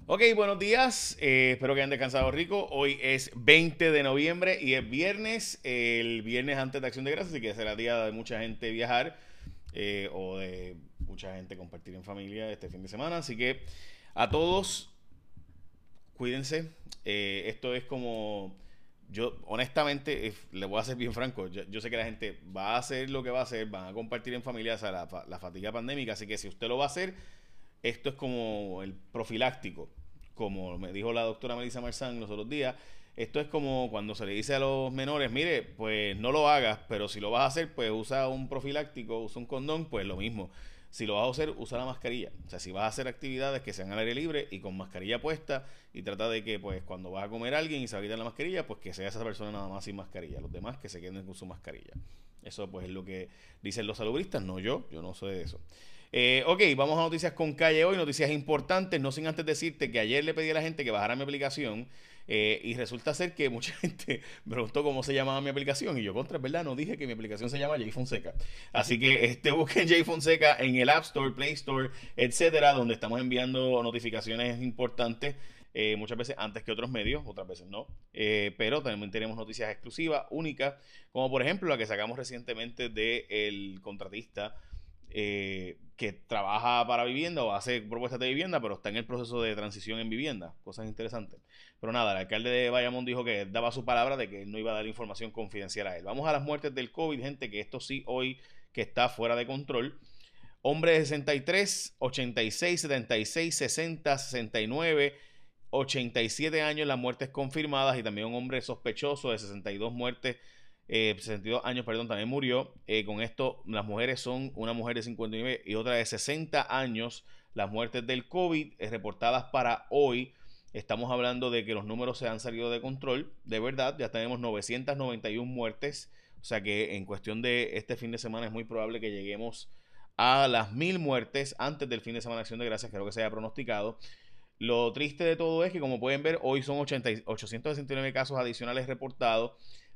Ok, buenos días. Espero que hayan descansado rico. Hoy es 20 de noviembre y es viernes, el viernes antes de Acción de Gracias, así que será día de mucha gente viajar o de mucha gente compartir en familia este fin de semana. Así que a todos, cuídense. Esto es como, yo honestamente, le voy a ser bien franco, yo sé que la gente va a hacer lo que va a hacer, van a compartir en familia, o sea, la fatiga pandémica, así que si usted lo va a hacer, esto es como el profiláctico, como me dijo la doctora Melissa Marzán los otros días. Esto es como cuando se le dice a los menores, mire, pues no lo hagas, pero si lo vas a hacer, pues usa un profiláctico, usa un condón, pues lo mismo. Si lo vas a hacer, usa la mascarilla. O sea, si vas a hacer actividades que sean al aire libre y con mascarilla puesta, y trata de que, pues, cuando vas a comer a alguien y se va a la mascarilla, pues que sea esa persona nada más sin mascarilla. Los demás que se queden con su mascarilla. Eso, pues, es lo que dicen los salubristas, no yo no sé de eso. Ok, vamos a noticias con calle hoy, noticias importantes, no sin antes decirte que ayer le pedí a la gente que bajara mi aplicación y resulta ser que mucha gente me preguntó cómo se llamaba mi aplicación y yo contra, es verdad, no dije que mi aplicación se llama Jay Fonseca. Así que busquen Jay Fonseca en el App Store, Play Store, etcétera, donde estamos enviando notificaciones importantes. Muchas veces antes que otros medios, otras veces no, pero también tenemos noticias exclusivas, únicas, como por ejemplo la que sacamos recientemente del contratista que trabaja para vivienda o hace propuestas de vivienda, pero está en el proceso de transición en vivienda. Cosas interesantes. Pero nada, el alcalde de Bayamón dijo que daba su palabra de que él no iba a dar información confidencial a él. Vamos a las muertes del COVID, gente, que esto sí hoy que está fuera de control. Hombre de 63, 86, 76, 60, 69, 87 años las muertes confirmadas y también un hombre sospechoso de 62 muertes 62 años, perdón, también murió. Con esto, las mujeres son una mujer de 59 y otra de 60 años. Las muertes del COVID reportadas para hoy. Estamos hablando de que los números se han salido de control. De verdad, ya tenemos 991 muertes. O sea que en cuestión de este fin de semana es muy probable que lleguemos a las 1000 muertes antes del fin de semana de Acción de Gracias, creo que se haya pronosticado. Lo triste de todo es que, como pueden ver, hoy son 869 casos adicionales reportados,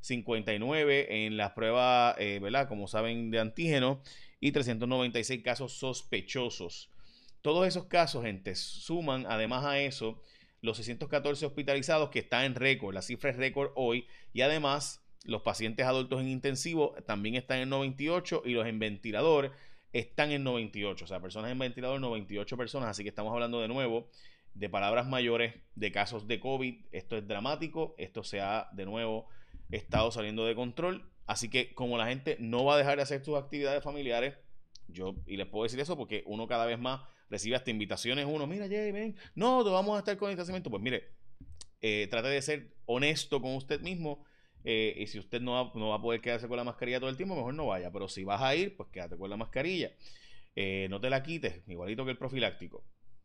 59 en las pruebas, ¿verdad? Como saben, de antígeno y 396 casos sospechosos. Todos esos casos, gente, suman además a eso los 614 hospitalizados que están en récord. La cifra es récord hoy y además los pacientes adultos en intensivo también están en 98 y los en ventilador están en 98. O sea, personas en ventilador, 98 personas. Así que estamos hablando de nuevo de palabras mayores, de casos de COVID. Esto es dramático, esto se ha de nuevo estado saliendo de control. Así que como la gente no va a dejar de hacer sus actividades familiares, y les puedo decir eso porque uno cada vez más recibe hasta invitaciones, uno, mira, Jay, ven, no, te vamos a estar con distanciamiento. Pues mire, trate de ser honesto con usted mismo. Y si usted no va a poder quedarse con la mascarilla todo el tiempo, mejor no vaya. Pero si vas a ir, pues quédate con la mascarilla. No te la quites, igualito que el profiláctico.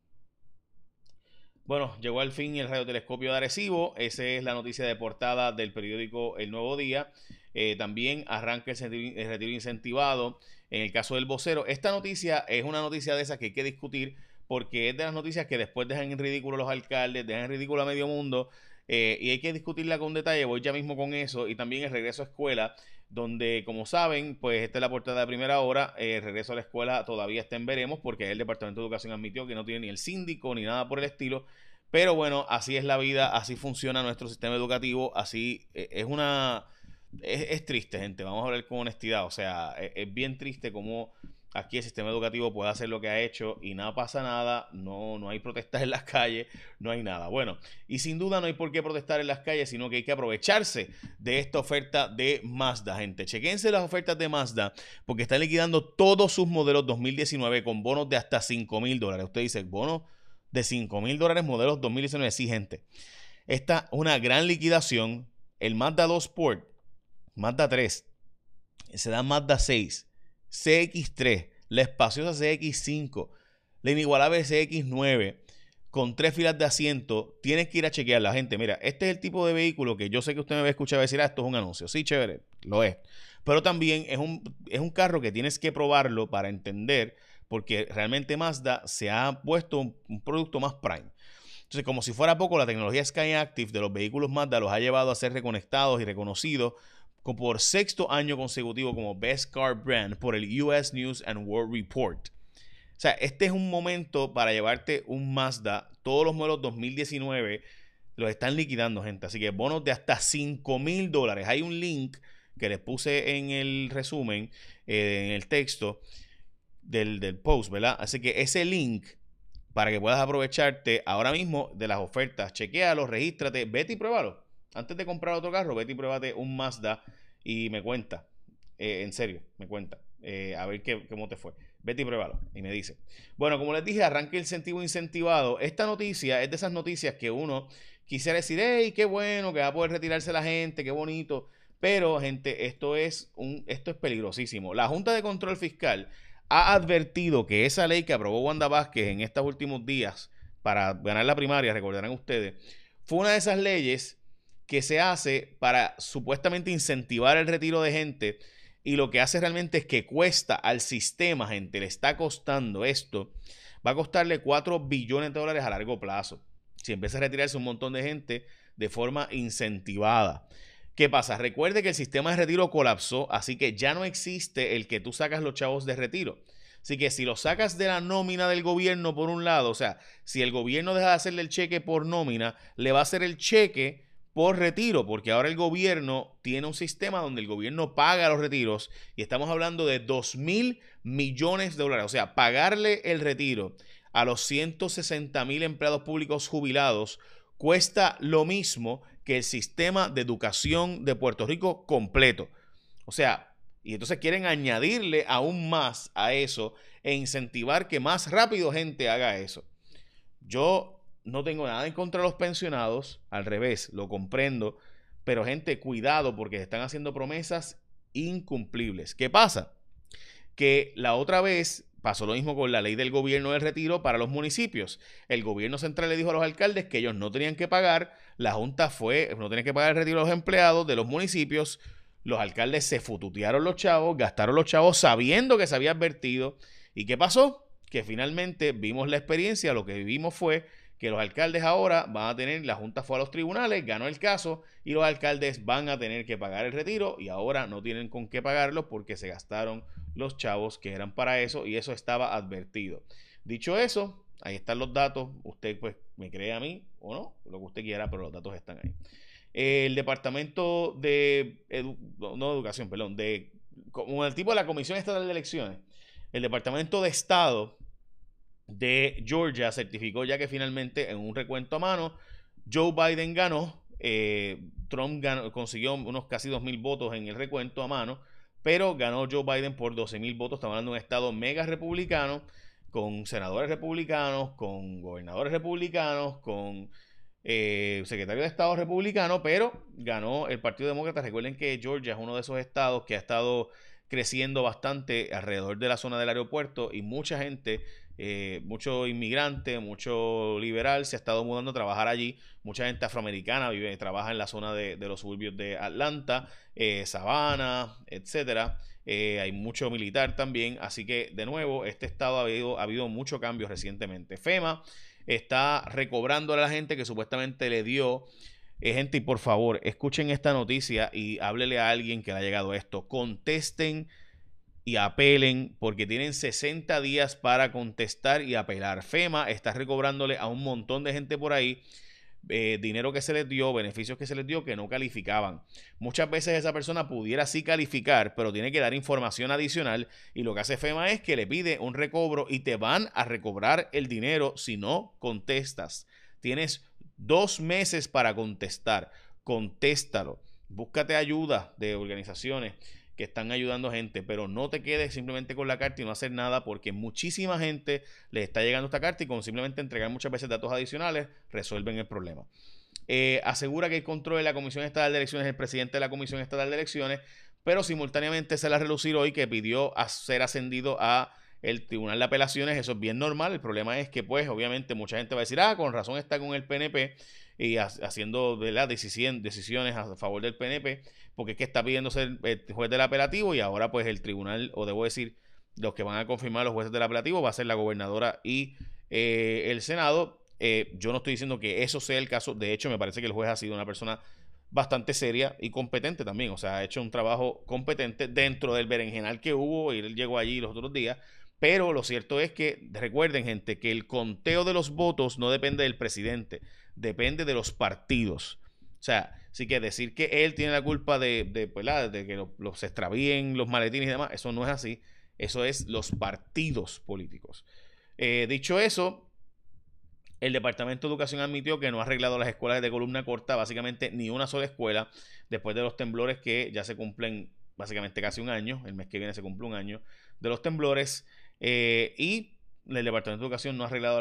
Bueno, llegó al fin el radiotelescopio de Arecibo. Esa es la noticia de portada del periódico El Nuevo Día. También arranca el retiro incentivado en el caso del vocero. Esta noticia es una noticia de esas que hay que discutir porque es de las noticias que después dejan en ridículo a los alcaldes, dejan en ridículo a medio mundo y hay que discutirla con detalle. Voy ya mismo con eso y también el regreso a escuela donde, como saben, pues esta es la portada de primera hora. El regreso a la escuela todavía está en veremos porque el Departamento de Educación admitió que no tiene ni el síndico ni nada por el estilo. Pero bueno, así es la vida, así funciona nuestro sistema educativo, así es una... Es triste, gente, vamos a hablar con honestidad. O sea, es bien triste como aquí el sistema educativo puede hacer lo que ha hecho y nada pasa nada, no hay protestas en las calles, no hay nada. Bueno, y sin duda no hay por qué protestar en las calles, sino que hay que aprovecharse de esta oferta de Mazda, gente. Chequense las ofertas de Mazda porque están liquidando todos sus modelos 2019 con bonos de hasta $5,000. Usted dice, bono de $5,000 modelos 2019. Sí, gente. Esta es una gran liquidación. El Mazda 2 Sport, Mazda 3, se da Mazda 6, CX3, la espaciosa CX5, la inigualable CX9, con 3 filas de asiento. Tienes que ir a chequearla, gente. Mira, este es el tipo de vehículo que yo sé que usted me va a escuchar decir, esto es un anuncio. Sí, chévere, lo es. Pero también es un carro que tienes que probarlo para entender, porque realmente Mazda se ha puesto un producto más prime. Entonces, como si fuera poco, la tecnología Skyactiv de los vehículos Mazda los ha llevado a ser reconectados y reconocidos por sexto año consecutivo como Best Car Brand por el US News and World Report. O sea, este es un momento para llevarte un Mazda. Todos los modelos 2019 los están liquidando, gente. Así que bonos de hasta $5,000. Hay un link que les puse en el resumen, en el texto del post, ¿verdad? Así que ese link, para que puedas aprovecharte ahora mismo de las ofertas, chequéalo, regístrate, vete y pruébalo. Antes de comprar otro carro, vete y pruébate un Mazda y me cuenta. En serio, me cuenta. A ver cómo te fue. Vete y pruébalo y me dice. Bueno, como les dije, arranque el incentivo incentivado. Esta noticia es de esas noticias que uno quisiera decir, hey, qué bueno, que va a poder retirarse la gente, qué bonito. Pero, gente, esto es peligrosísimo. La Junta de Control Fiscal ha advertido que esa ley que aprobó Wanda Vázquez en estos últimos días para ganar la primaria, recordarán ustedes, fue una de esas leyes que se hace para supuestamente incentivar el retiro de gente, y lo que hace realmente es que cuesta al sistema, gente, le está costando esto, va a costarle $4 billones a largo plazo, si empieza a retirarse un montón de gente de forma incentivada. ¿Qué pasa? Recuerde que el sistema de retiro colapsó, así que ya no existe el que tú sacas los chavos de retiro. Así que si lo sacas de la nómina del gobierno por un lado, o sea, si el gobierno deja de hacerle el cheque por nómina, le va a hacer el cheque por retiro, porque ahora el gobierno tiene un sistema donde el gobierno paga los retiros y estamos hablando de $2,000 millones. O sea, pagarle el retiro a los 160,000 empleados públicos jubilados cuesta lo mismo que el sistema de educación de Puerto Rico completo. O sea, y entonces quieren añadirle aún más a eso e incentivar que más rápido gente haga eso. Yo no tengo nada en contra de los pensionados, al revés, lo comprendo, pero gente, cuidado porque están haciendo promesas incumplibles. ¿Qué pasa? Que la otra vez pasó lo mismo con la ley del gobierno del retiro para los municipios. El gobierno central le dijo a los alcaldes que ellos no tenían que pagar, la junta no tenía que pagar el retiro a los empleados de los municipios, los alcaldes se fututearon los chavos, gastaron los chavos sabiendo que se había advertido. ¿Y qué pasó? Que finalmente vimos la experiencia, lo que vivimos fue que los alcaldes ahora van a tener, la junta fue a los tribunales, ganó el caso y los alcaldes van a tener que pagar el retiro y ahora no tienen con qué pagarlo porque se gastaron los chavos que eran para eso y eso estaba advertido. Dicho eso, ahí están los datos, usted pues me cree a mí o no, lo que usted quiera, pero los datos están ahí. El departamento de educación, perdón, como el tipo de la Comisión Estatal de Elecciones, el departamento de Estado de Georgia certificó ya que finalmente en un recuento a mano Joe Biden ganó. Trump consiguió unos casi 2,000 votos en el recuento a mano, pero ganó Joe Biden por 12,000 votos. Estamos hablando de un estado mega republicano, con senadores republicanos, con gobernadores republicanos, con secretario de Estado republicano, pero ganó el Partido Demócrata. Recuerden que Georgia es uno de esos estados que ha estado creciendo bastante alrededor de la zona del aeropuerto y mucha gente, mucho inmigrante, mucho liberal se ha estado mudando a trabajar allí. Mucha gente afroamericana trabaja en la zona de los suburbios de Atlanta, Savannah, etcétera. Hay mucho militar también, así que de nuevo este estado ha habido mucho cambio recientemente. FEMA está recobrando a la gente que supuestamente le dio. Gente, y por favor, escuchen esta noticia y háblele a alguien que le ha llegado esto. Contesten y apelen porque tienen 60 días para contestar y apelar. FEMA está recobrándole a un montón de gente por ahí dinero que se les dio, beneficios que se les dio que no calificaban. Muchas veces esa persona pudiera sí calificar, pero tiene que dar información adicional y lo que hace FEMA es que le pide un recobro y te van a recobrar el dinero si no contestas. Tienes 2 meses para contestar. Contéstalo. Búscate ayuda de organizaciones que están ayudando gente, pero no te quedes simplemente con la carta y no hacer nada porque muchísima gente le está llegando esta carta y con simplemente entregar muchas veces datos adicionales resuelven el problema. Asegura que el control de la Comisión Estatal de Elecciones es el presidente de la Comisión Estatal de Elecciones, pero simultáneamente se la relucir hoy que pidió a ser ascendido a el Tribunal de Apelaciones. Eso es bien normal. El problema es que pues obviamente mucha gente va a decir, con razón está con el PNP y haciendo de las decisiones a favor del PNP, porque es que está pidiendo ser juez del apelativo y ahora pues el tribunal, o debo decir, los que van a confirmar los jueces del apelativo va a ser la gobernadora y el Senado. Yo no estoy diciendo que eso sea el caso. De hecho, me parece que el juez ha sido una persona bastante seria y competente también. O sea, ha hecho un trabajo competente dentro del berenjenal que hubo y él llegó allí los otros días. Pero lo cierto es que, recuerden, gente, que el conteo de los votos no depende del presidente, depende de los partidos. O sea, sí que decir que él tiene la culpa de que los extravíen los maletines y demás, eso no es así. Eso es los partidos políticos. Dicho eso, el Departamento de Educación admitió que no ha arreglado las escuelas de columna corta, básicamente ni una sola escuela, después de los temblores que ya se cumplen básicamente casi un año. El mes que viene se cumple un año de los temblores. Y el Departamento de Educación no ha arreglado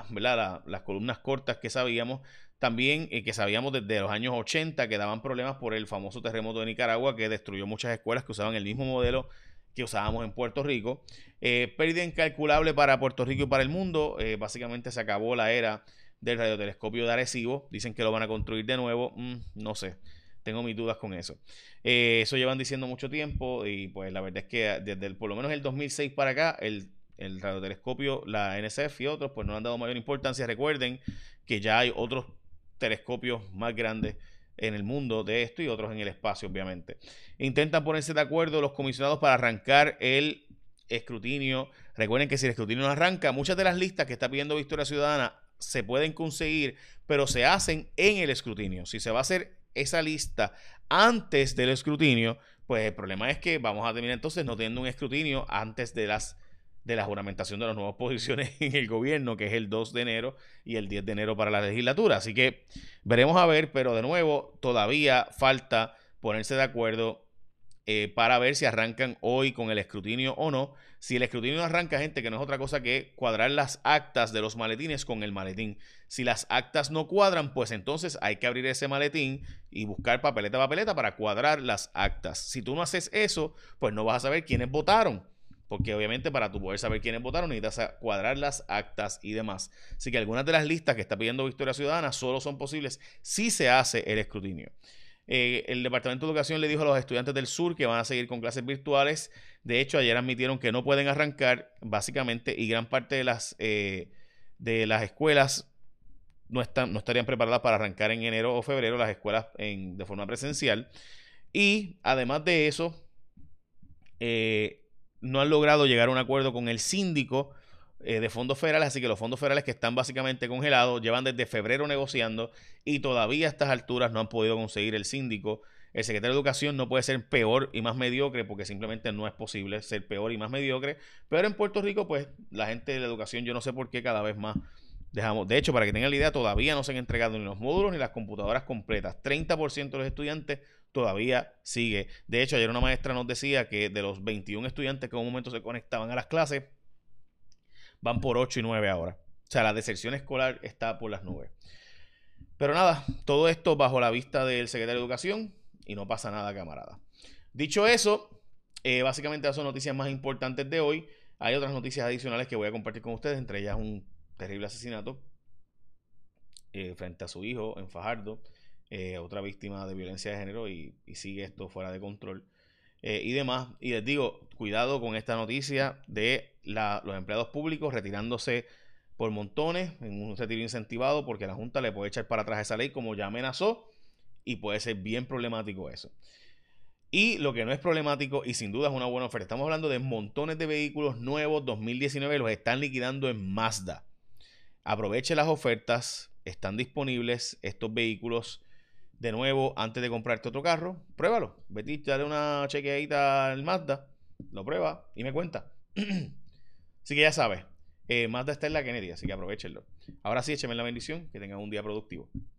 las columnas cortas que sabíamos. También que sabíamos desde los años 80 que daban problemas por el famoso terremoto de Nicaragua que destruyó muchas escuelas que usaban el mismo modelo que usábamos en Puerto Rico. Pérdida incalculable para Puerto Rico y para el mundo. Básicamente se acabó la era del radiotelescopio de Arecibo. Dicen que lo van a construir de nuevo. No sé. Tengo mis dudas con eso. Eso llevan diciendo mucho tiempo y pues la verdad es que desde por lo menos el 2006 para acá, el radiotelescopio, la NSF y otros, pues no han dado mayor importancia. Recuerden que ya hay otros telescopios más grandes en el mundo de esto y otros en el espacio, obviamente. Intentan ponerse de acuerdo los comisionados para arrancar el escrutinio. Recuerden que si el escrutinio no arranca, muchas de las listas que está pidiendo Victoria Ciudadana se pueden conseguir, pero se hacen en el escrutinio. Si se va a hacer esa lista antes del escrutinio, pues el problema es que vamos a terminar entonces no teniendo un escrutinio antes de la juramentación de las nuevas posiciones en el gobierno, que es el 2 de enero y el 10 de enero para la legislatura. Así que veremos a ver, pero de nuevo, todavía falta ponerse de acuerdo para ver si arrancan hoy con el escrutinio o no. Si el escrutinio no arranca, gente, que no es otra cosa que cuadrar las actas de los maletines con el maletín. Si las actas no cuadran, pues entonces hay que abrir ese maletín y buscar papeleta a papeleta para cuadrar las actas. Si tú no haces eso, pues no vas a saber quiénes votaron. Porque obviamente para tú poder saber quiénes votaron necesitas cuadrar las actas y demás. Así que algunas de las listas que está pidiendo Victoria Ciudadana solo son posibles si se hace el escrutinio. El Departamento de Educación le dijo a los estudiantes del sur que van a seguir con clases virtuales. De hecho, ayer admitieron que no pueden arrancar básicamente y gran parte de las escuelas no estarían preparadas para arrancar en enero o febrero las escuelas de forma presencial. Y además de eso, no han logrado llegar a un acuerdo con el síndico de fondos federales, así que los fondos federales que están básicamente congelados, llevan desde febrero negociando y todavía a estas alturas no han podido conseguir el síndico. El secretario de Educación no puede ser peor y más mediocre porque simplemente no es posible ser peor y más mediocre, pero en Puerto Rico pues la gente de la educación, yo no sé por qué cada vez más dejamos. De hecho, para que tengan la idea, todavía no se han entregado ni los módulos ni las computadoras completas. 30% de los estudiantes todavía sigue. De hecho, ayer una maestra nos decía que de los 21 estudiantes que en un momento se conectaban a las clases, van por 8 y 9 ahora. O sea, la deserción escolar está por las nubes. Pero nada, todo esto bajo la vista del secretario de Educación y no pasa nada, camarada. Dicho eso, básicamente esas son noticias más importantes de hoy. Hay otras noticias adicionales que voy a compartir con ustedes, entre ellas un terrible asesinato frente a su hijo en Fajardo, otra víctima de violencia de género y sigue esto fuera de control. Y demás. Y les digo, cuidado con esta noticia de los empleados públicos retirándose por montones en un retiro incentivado porque la Junta le puede echar para atrás esa ley como ya amenazó y puede ser bien problemático eso. Y lo que no es problemático y sin duda es una buena oferta. Estamos hablando de montones de vehículos nuevos 2019, los están liquidando en Mazda. Aproveche las ofertas, están disponibles estos vehículos. De nuevo, antes de comprarte otro carro, pruébalo. Vete y dale una chequeadita al Mazda, lo prueba y me cuenta. Así que ya sabes, Mazda está en la Kennedy, así que aprovechenlo. Ahora sí, écheme la bendición, que tengan un día productivo.